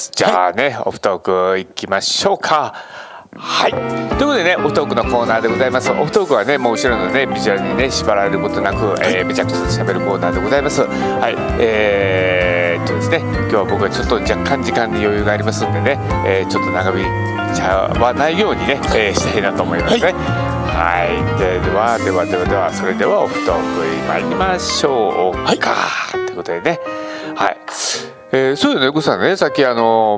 。じゃあね、オフトークいきましょうか。はい、ということでね、オフトークのコーナーでございます。オフトークはね、もう後ろのねビジュアルにね縛られることなく、めちゃくちゃ喋るコーナーでございます。はい、ですね、今日は僕はちょっと若干時間に余裕がありますんでね、ちょっと長引いちゃわないようにね、したいなと思いますね。はい、ではそれではオフトークに参りましょうか、ということでね、はい、そうよね、グさんね、さっき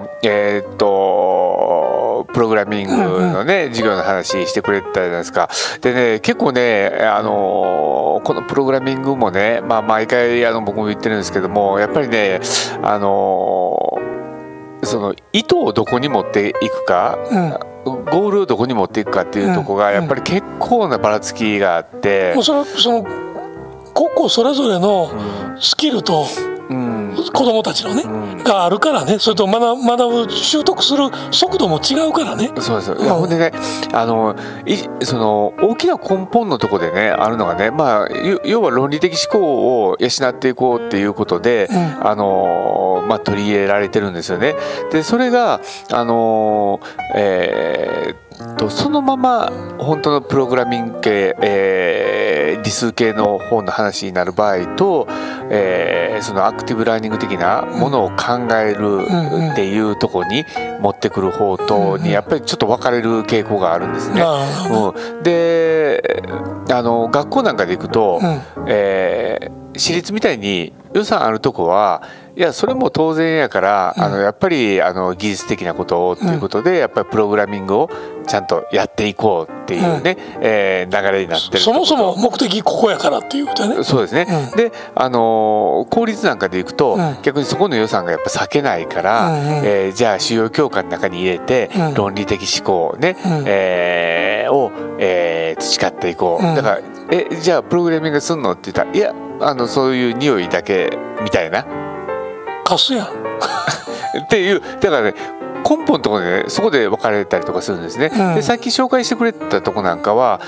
プログラミングのね、授業の話してくれたじゃないですか。でね、結構ね、このプログラミングもね、毎回僕も言ってるんですけども、やっぱりね、その意図をどこに持っていくか、ゴールをどこに持っていくかっていうところがやっぱり結構なばらつきがあって、 その個々それぞれのスキルと、子どもたちのね、があるからね、それと学ぶ習得する速度も違うからね。 そうです。ほんでね、その大きな根本のところでねあるのがね、要は論理的思考を養っていこうっていうことで、取り入れられてるんですよね。でそれがそのまま本当のプログラミング系、理数系の方の話になる場合と、そのアクティブラーニング的なものを考えるっていうところに持ってくる方とにやっぱりちょっと分かれる傾向があるんですね。で学校なんかで行くと、私立みたいに予算あるとこはいやそれも当然やから、やっぱり技術的なことをっていうことで、やっぱりプログラミングをちゃんとやっていこうっていうね、流れになってる。 そもそも目的ここやからっていうことね。 そうですね。で公立なんかでいくと、逆にそこの予算がやっぱ避けないから、じゃあ主要教科の中に入れて、論理的思考をね、を、培っていこう。だからじゃあプログラミングすんのって言ったら、いやそういう匂いだけみたいな。 カスやんっていう、だからね、根本のところでね、そこで分かれたりとかするんですね。でさっき紹介してくれたとこなんかは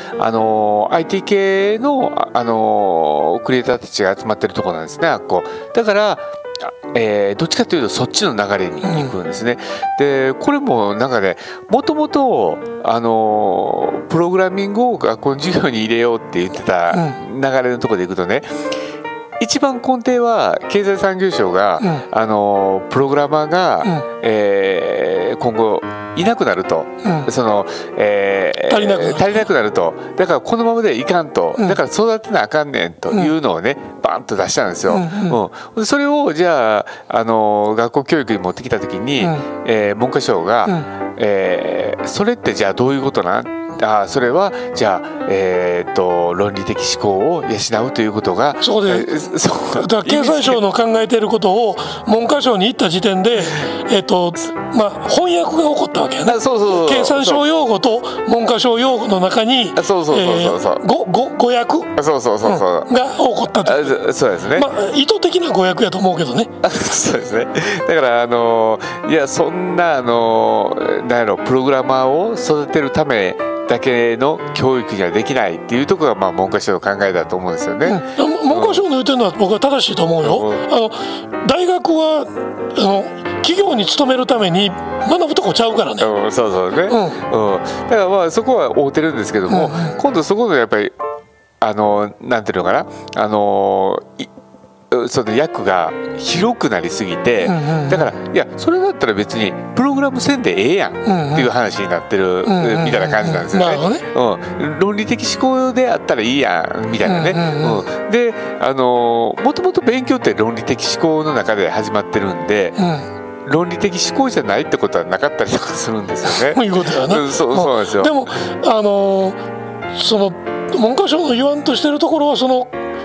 IT 系のクリエイターたちが集まってるとこなんですね、だからどっちかというとそっちの流れに行くんですね。でこれもなんかね、もともとプログラミングを学校の授業に入れようって言ってた流れのところでいくとね、一番根底は経済産業省が、プログラマーが、今後いなくなると、足りなくなると、だからこのままでいかんと、だから育てなあかんねんというのをね、バンと出したんですよ。それをじゃあ、学校教育に持ってきた時に、文科省が、それってじゃあどういうことなんそれはじゃあ、論理的思考を養うということが、 そこでだから経済省の考えていることを文科省に行った時点で、翻訳が起こったわけやね。経産省用語と文科省用語の中に誤訳が起こったと。 そうですね。 意図的な誤訳やと思うけどね。 そうですね。だからいやそんななんやろ、プログラマーを育てるためだけの教育にはできないっていうところが文科省の考えだと思うんですよね。 文科省の言ってるのは僕は正しいと思うよ。大学は企業に勤めるために学ぶとこちゃうからね。 そうね。だからそこは合うてるんですけども、今度そこのやっぱりなんていうのかな、その役が広くなりすぎて、だからいやそれだったら別にプログラムせんでええやんっていう話になってるみたいな感じなんですよね。論理的思考であったらいいやんみたいなね。でもともと勉強って論理的思考の中で始まってるんで、論理的思考じゃないってことはなかったりとかするんですよね。 いうことやな。 そうなんですよ。 でもその文科省の言わんとしてるところは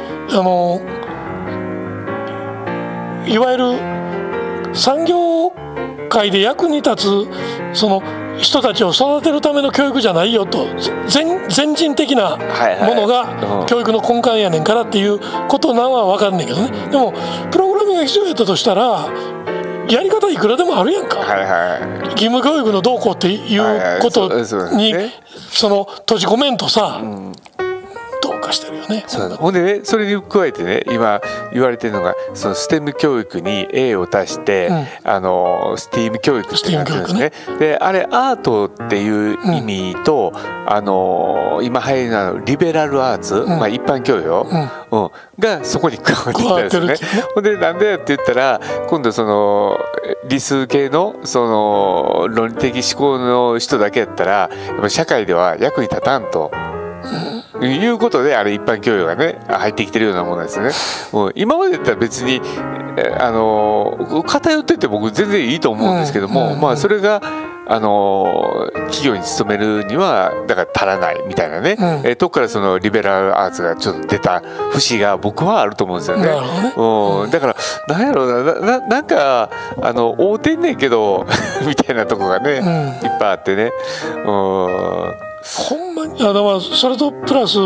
いわゆる産業界で役に立つその人たちを育てるための教育じゃないよと、全人的なものが教育の根幹やねんからっていうことなんは分かんねんけどね。でもプログラミングが必要やったとしたらやり方いくらでもあるやんか。義務教育のどうこうっていうことに閉じ込めんとさ、どうかしてるよね。 ほんでね、それに加えてね、今言われてるのがその STEM 教育に A を足して、STEAM 教育ってなってるんですね。であれアートっていう意味と、今流行りのリベラルアーツ、一般教養、がそこに加わってきたんですよね。ほんでなんでって言ったら、今度その理数系のその論理的思考の人だけやったらやっぱ社会では役に立たんと。いうことで、あれ一般教養がね入ってきてるようなものですよね。もう今までだったら別に偏ってて僕全然いいと思うんですけども、それが企業に勤めるにはだから足らないみたいなね、とこからそのリベラルアーツがちょっと出た節が僕はあると思うんですよね。だからなんやろうな、なんか合うてんねんけどみたいなとこがね、いっぱいあってね。 ほんまにそれとプラス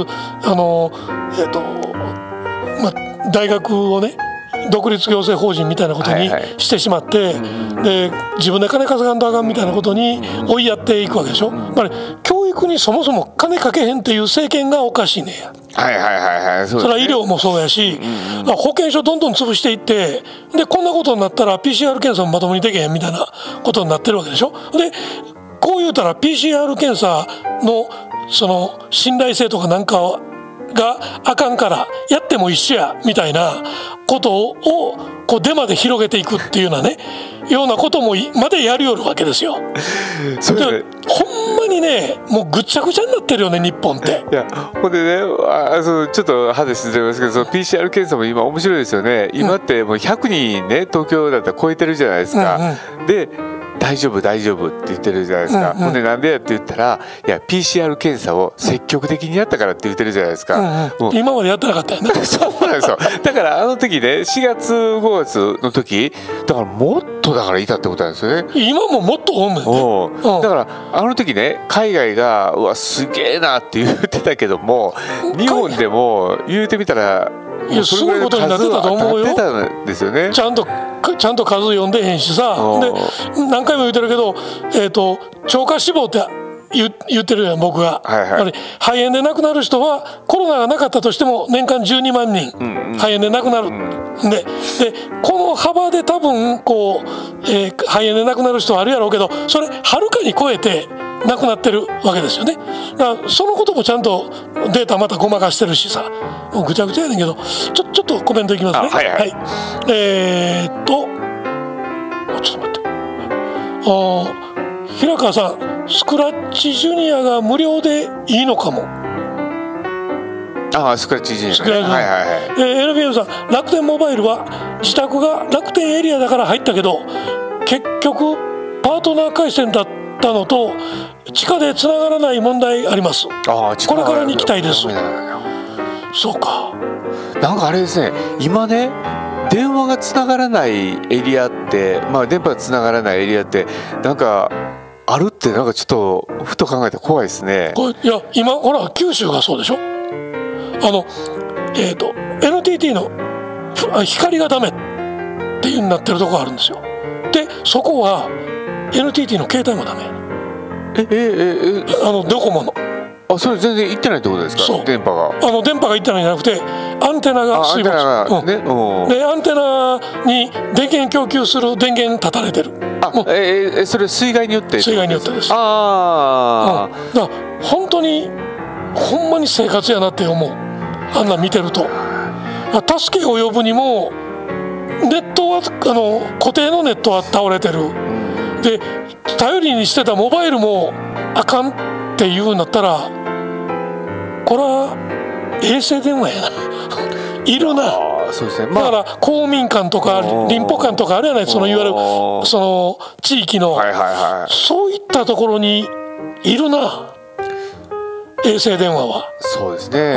大学をね独立行政法人みたいなことにしてしまって、で自分で金稼がんとあかんみたいなことに追いやっていくわけでしょ。教育にそもそも金かけへんっていう政権がおかしいねや。それは医療もそうやし、保健所どんどん潰していって、でこんなことになったら PCR 検査もまともにできへんみたいなことになってるわけでしょ。でこう言うたら PCR 検査のその信頼性とかなんかがあかんからやっても一緒やみたいなことをこうデマで広げていくっていうようなね、ようなこともまでやるよるわけですよ。ほんまにね、もうぐっちゃぐちゃになってるよね日本って。 いやほんでね、ちょっと話ずれますけど、その PCR 検査も今面白いですよね。今ってもう100人ね東京だったら超えてるじゃないですか。で大丈夫大丈夫って言ってるじゃないですか。ほんでなんでやって言ったら、いや PCR 検査を積極的にやったからって言ってるじゃないですか。 今までやってなかったよね。 そうなんですよ。だから時ね4月5月の時だからもっとだからいたってことなんですよね。 今ももっとおんねんね。 だから時ね海外がうわすげえなって言ってたけども、日本でも言うてみたらすごいことになってたと思うよ。 なってたんですよね。 ちゃんと数読んでへんしさ。で何回も言ってるけど、超過死亡って言ってるやん僕が。肺炎で亡くなる人はコロナがなかったとしても年間12万人肺炎で亡くなる。でこの幅で多分こう、肺炎で亡くなる人はあるやろうけど、それはるかに超えてなくなってるわけですよね。だからそのこともちゃんとデータまたごまかしてるしさ、もうぐちゃぐちゃやねんけど、ちょっとコメントいきますね。ちょっと待って、平川さん、スクラッチジュニアが無料でいいのかも。 スクラッチジュニア、 NPM さん、楽天モバイルは自宅が楽天エリアだから入ったけど結局パートナー回線だったのと地下でつながらない問題あります。これからに期待です。そうか。 なんかあれですね、今ね電話がつながらないエリアって、電波がつながらないエリアってなんかあるって、なんかちょっとふと考えて怖いですね。 いや今ほら九州がそうでしょ。NTT の光がダメっていう風になってるとこがあるんですよ。でそこは NTT の携帯もダメ。ドコモの。 それ全然行ってないってことですか。電波が電波が行ってないんじゃなくてアンテナが水没。でアンテナに電源供給する電源立たれてる。 それ水害によって。 水害によってです。だから本当にほんまに生活やなって思う。あんな見てると助けを呼ぶにもネットは固定のネットは倒れてる。で頼りにしてたモバイルもあかんっていう風になったら、これは衛星電話やないるな。 そうですね。 だから公民館とか林保館とかあるやない、そのいわゆるその地域のそういったところにいるな、衛星電話は。 そうですね。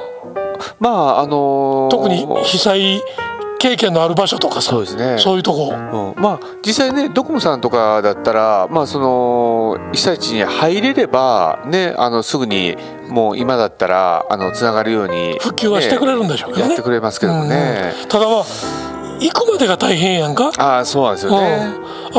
特に被災経験のある場所とかさ、そういうとこ、 実際ねドコモさんとかだったら、その被災地に入れればね、すぐにもう今だったらつながるように復旧はしてくれるんでしょうけどね。 やってくれますけどもね。 ただ行くまでが大変やんか。 そうなんですよね。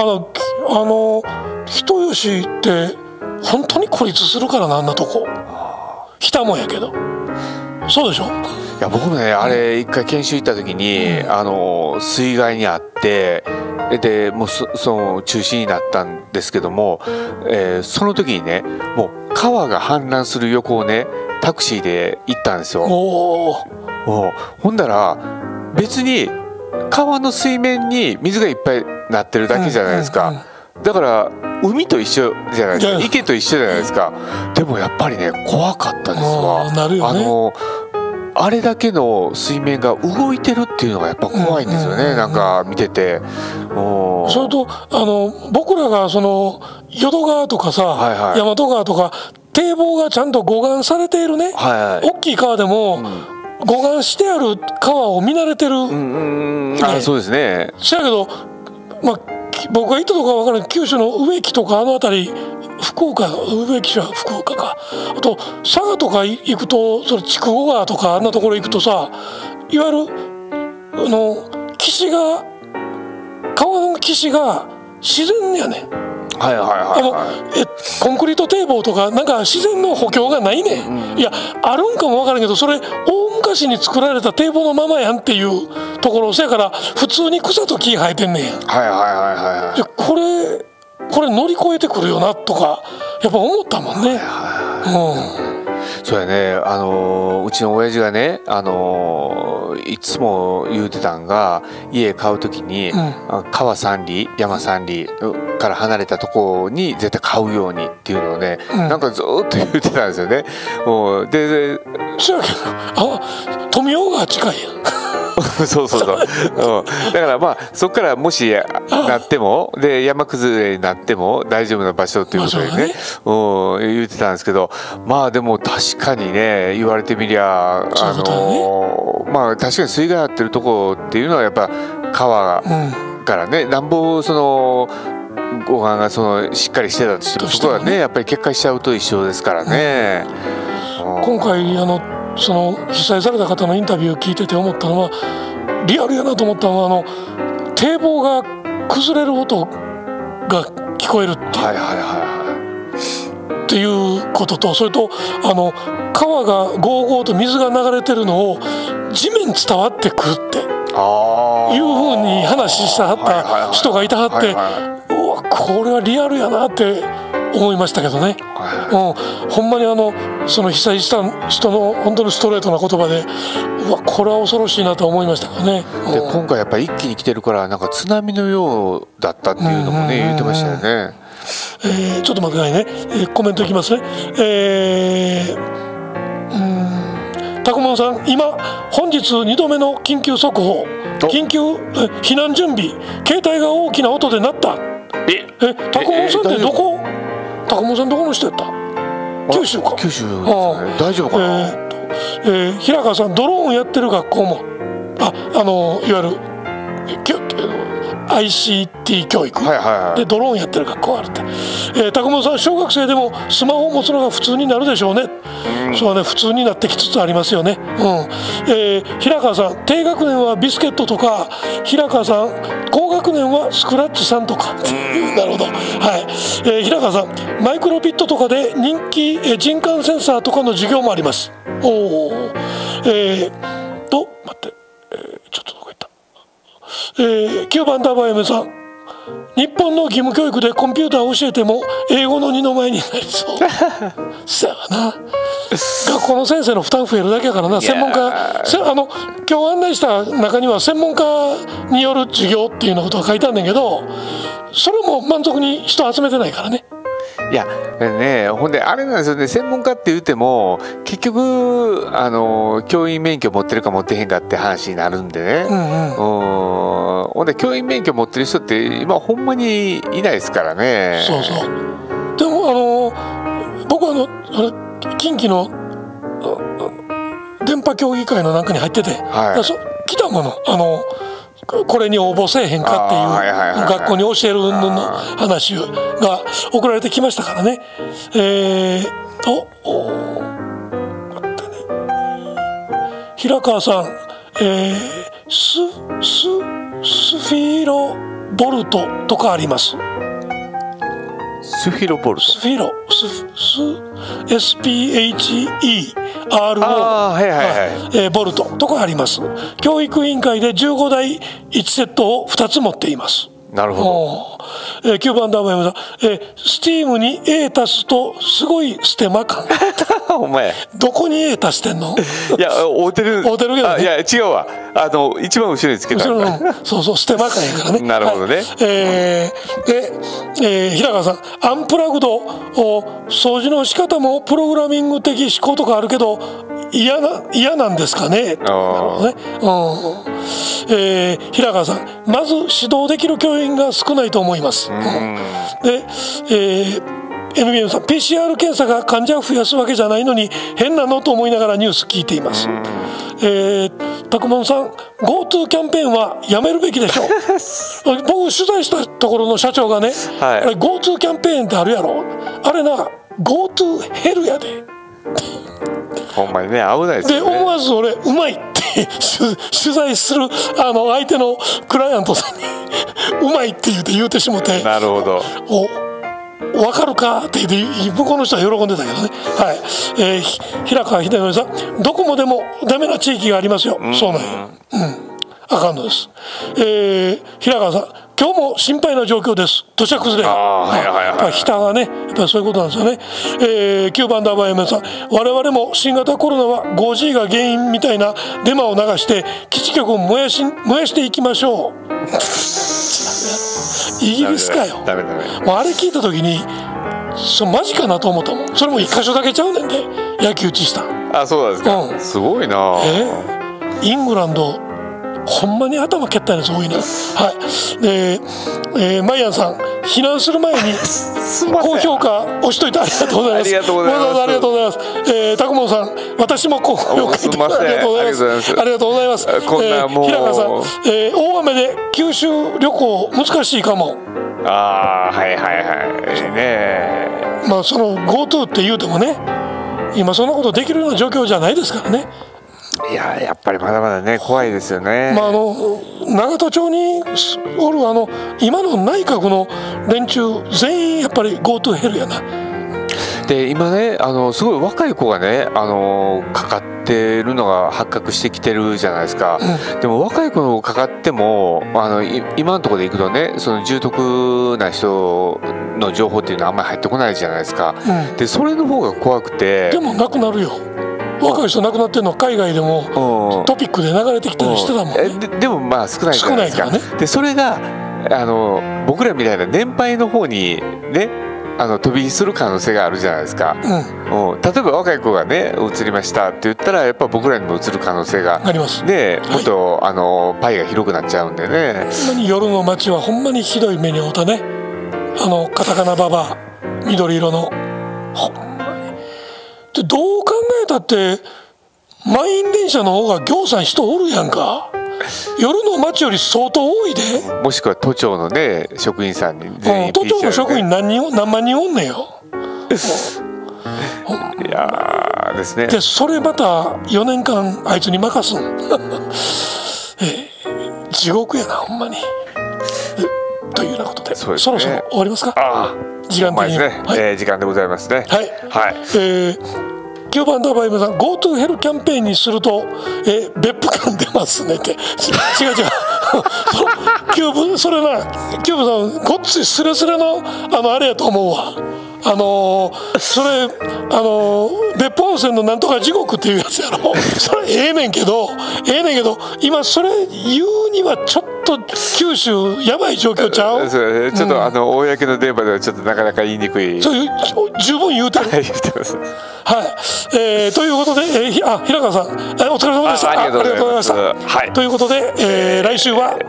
人吉って本当に孤立するからな、あんなとこ。日田もやけどそうでしょ。 いや僕もねあれ一回研修行った時に、水害にあってでもうその中止になったんですけども、その時にねもう川が氾濫する横をねタクシーで行ったんですよ。ほんだら別に川の水面に水がいっぱいなってるだけじゃないですか、だから海と一緒じゃないですか、池と一緒じゃないですか。でもやっぱりね怖かったですわ。 なるよね。 あれだけの水面が動いてるっていうのがやっぱ怖いんですよね、なんか見てて。 それと僕らがその淀川とかさ、大和川とか堤防がちゃんと護岸されているね、大きい川でも、護岸してある川を見慣れてる、 そうですね。 そやけど、僕が行ったとこは分からない。九州の植木とか辺り、福岡、植木市は福岡か、あと佐賀とか行くとそれ筑後川とかあんなところ行くとさ、いわゆる岸が川の岸が自然やねん。コンクリート堤防とかなんか自然の補強がないねん、いやあるんかも分からんけど、それ大昔に作られた堤防のままやんっていうところ、そやから普通に草と木生えてんねんや。これ乗り越えてくるよなとかやっぱ思ったもんね。 そうやね。うちの親父がね、いつも言うてたんが、家買うときに、川3里山3里から離れたところに絶対買うようにっていうのをね、なんかずっと言ってたんですよね。でそうやけど富雄川近いやんそう、だからそこからもしなってもで山崩れになっても大丈夫な場所ということでね、言ってたんですけど、でも確かにね言われてみりゃ確かに水害になってるところっていうのはやっぱ川からね、なんぼその護岸がしっかりしてたとしてもそこはねやっぱり決壊しちゃうと一緒ですからね。 今回その被災された方のインタビューを聞いてて思ったのは、リアルやなと思ったのは堤防が崩れる音が聞こえるっていうことと、それと川がゴーゴーと水が流れてるのを地面に伝わってくるっていうふうに話してはった人がいたはって、うわこれはリアルやなって思いましたけどね。ほんまにその被災した人の本当にストレートな言葉で、うわこれは恐ろしいなと思いましたからね。 で今回やっぱり一気に来てるからなんか津波のようだったっていうのもね言ってましたよね。 ちょっと待ってくださいね、コメントいきますね。たくもんさん、今本日2度目の緊急速報、緊急避難準備、携帯が大きな音で鳴った。たくもんさんってどこ、たくもんさんどこの人やった？九州か。 九州ですね。大丈夫かな。 平川さん、ドローンやってる学校もいわゆるICT 教育でドローンやってる学校があるって。たくもんさん、小学生でもスマホを持つのが普通になるでしょうね。そうね、普通になってきつつありますよね。平川さん、低学年はビスケットとか、平川さん高学年はスクラッチさんとかなるほど。平川さん、マイクロビットとかで人気人感センサーとかの授業もあります。待って、ちょっとどこ行った。9番ダーバー M さん、日本の義務教育でコンピューターを教えても英語の二の舞になりそうそやな。学校の先生の負担増えるだけやからな。専門家今日案内した中には専門家による授業っていうようなことが書いてあるんだけど、それも満足に人集めてないからね。 いやね、ほんであれなんですよね、専門家って言っても結局教員免許持ってるか持ってへんかって話になるんでね、ほんで教員免許持ってる人って今ほんまにいないですからね。 そうでも僕は近畿の電波協議会のなんかに入ってて、来たものこれに応募せえへんかっていう学校に教えるの話が送られてきましたからね。待ってね、平川さん、スフィーロボルトとかあります。 スフィロボルト。 スフィロSPHERO、 はいはいはい。 ボルトとかあります。教育委員会で15台1セットを2つ持っています。 なるほど。9番ダーバーさん、スティームに A 足すとすごいステマ感。 お前どこに A 足してんの？ いや、合うてるけどね。 いや違うわ、一番後ろにつけた後ろのそうそう、ステマ感やからね。 なるほどね。 で、平川さん、アンプラグドを掃除の仕方もプログラミング的思考とかあるけど嫌なんですかね。なるほどね。平川さん、まず指導できる教員が少ないと思います。で、NBM さん、 PCR 検査が患者を増やすわけじゃないのに変なのと思いながらニュース聞いています。たくもんさん、 GoTo キャンペーンはやめるべきでしょう。僕取材したところの社長がね、 はい、 あれ GoTo キャンペーンってあるやろ、あれな GoTo ヘルやで。 ほんまにね、危ないですよね。 で思わず俺うまいって取材する相手のクライアントさんにうまいって言うてしもて、 なるほど、 分かるかって言って向こうの人は喜んでたけどね。はい、平川秀則さん、どこもでもダメな地域がありますよ。そうなんや、あかんのです。平川さん、今日も心配な状況です。土砂崩れが、北がね、やっぱりそういうことなんですよね。9番ダーバー M さん、我々も新型コロナは 5G が原因みたいなデマを流して基地局を燃やしていきましょう。イギリスかよ。もうあれ聞いた時にマジかなと思ったもん。それも一箇所だけちゃうねんで、焼き討ちした。 あ、そうですか、すごいな。 イングランドほんまに頭蹴ったやつ多いな。はい。マイアンさん、避難する前に高評価押しといてありがとうございます。ありがとうございます。ありがとうございます。たくもんさん、私も高評価いただきありがとうございます。ありがとうございます。こんなもう平川さん、大雨で九州旅行難しいかも。 はいはいはいね。 まあその GoTo って言うてもね、今そんなことできるような状況じゃないですからね。 いや、やっぱりまだまだね、怖いですよね。 永田町におる今の内閣の連中全員やっぱり GoTo ヘルやな。 で今ね、すごい若い子がね、かかってるのが発覚してきてるじゃないですか。でも若い子のかかっても今のところでいくとね、その重篤な人の情報っていうのはあんまり入ってこないじゃないですか。でそれの方が怖くて。 でもなくなるよ。若い人亡くなってるのは海外でもトピックで流れてきたりしてたもんね。 でもまあ少ないじゃないですか。 少ないからね。 でそれが僕らみたいな年配の方にね、飛び火する可能性があるじゃないですか。例えば若い子がね移りましたって言ったら、やっぱ僕らにも移る可能性がありますね。もっとパイが広くなっちゃうんでね。 ほんまに夜の街はほんまにひどい目に遭うたね。カタカナババア緑色のほんまに。でどう考えたって満員電車の方がぎょうさん人おるやんか。夜の街より相当多いで。 もしくは都庁のね職員さんに全員 PCR、 都庁の職員何万人おんねんよ。 いやですね。 でそれまた4年間あいつに任すん地獄やなほんまに。というようなことで、そろそろ終わりますか。時間的にね、時間でございますね。 はい、9番ダーバー M さん、 GoTo ヘルキャンペーンにすると、別府感出ますねって。違うそれな、キューブさんごっついスレスレのあれやと思うわ。それ別府温泉のなんとか地獄っていうやつやろ。それええねんけど今それ言うにはちょっと九州やばい状況ちゃう。 ちょっと公の電波ではちょっとなかなか言いにくい。 そういう十分言うてる。 言ってます。 はい、ということで、平川さん、お疲れ様でした。 ありがとうございます。はい、 ということで、来週は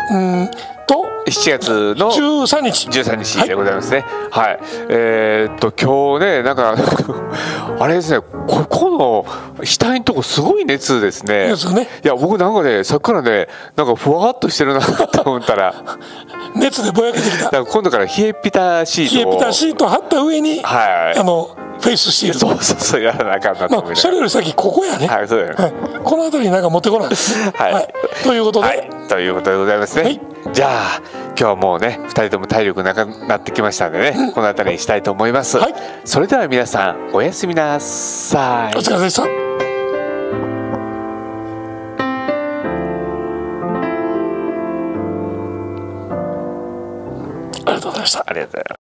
7月の 13日でございますね。はい、今日ね、なんかあれですね、ここの額のとこすごい熱ですね。いや僕なんかね、さっきからね、なんかふわっとしてるなと思ったら熱でぼやけてきた。 だから今度から冷えピタシートを貼った上に、フェイスシールド、 そうやらなあかんなと思いな。 それより先ここやね。はい、そうやね。この辺りになんか持ってこない。はい、ということででございますね。 じゃあ今日はもうね2人とも体力なくなってきましたんでね、この辺りにしたいと思います、 はい、 それでは皆さんおやすみなさい。 お疲れ様でした。ありがとうございました。 ありがとうございます。